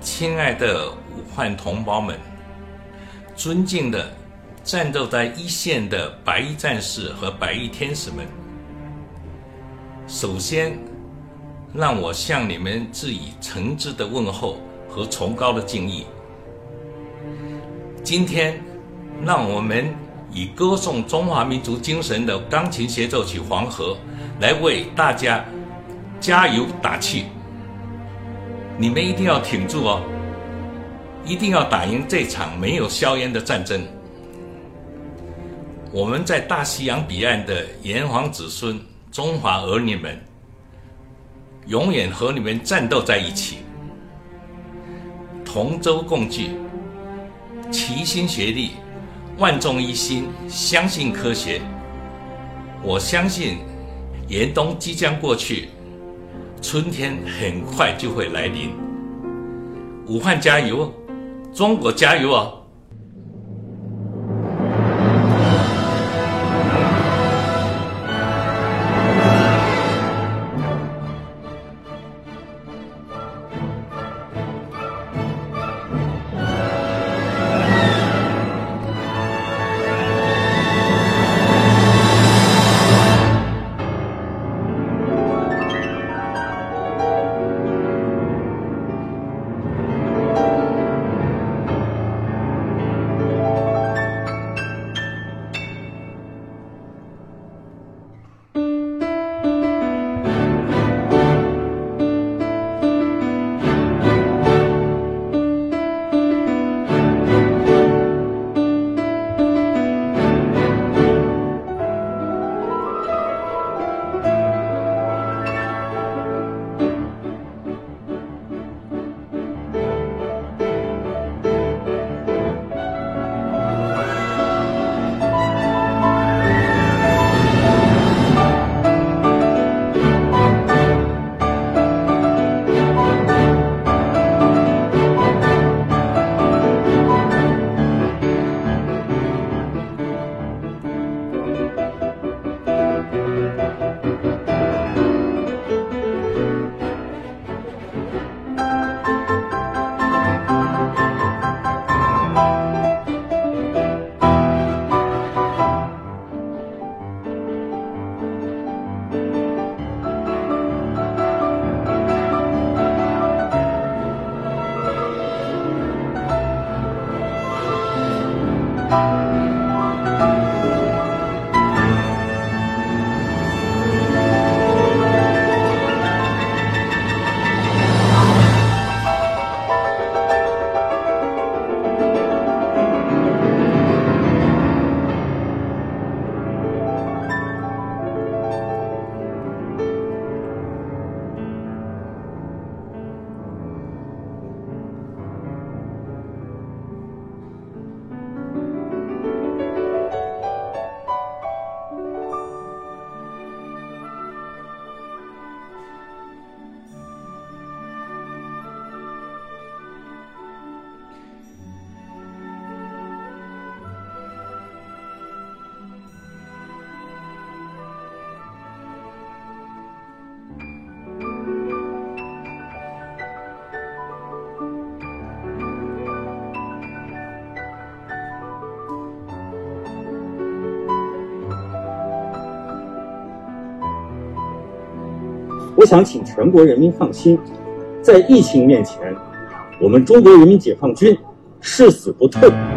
亲爱的武汉同胞们，尊敬的战斗在一线的白衣战士和白衣天使们，首先让我向你们致以诚挚的问候和崇高的敬意。今天让我们以歌颂中华民族精神的钢琴协奏曲《黄河》来为大家加油打气。你们一定要挺住哦，一定要打赢这场没有硝烟的战争。我们在大西洋彼岸的炎黄子孙中华儿女们，永远和你们战斗在一起，同舟共济，齐心协力，万众一心，相信科学。我相信严冬即将过去，春天很快就会来临。武汉加油，中国加油哦！ 我想请全国人民放心，在疫情面前，我们中国人民解放军誓死不退。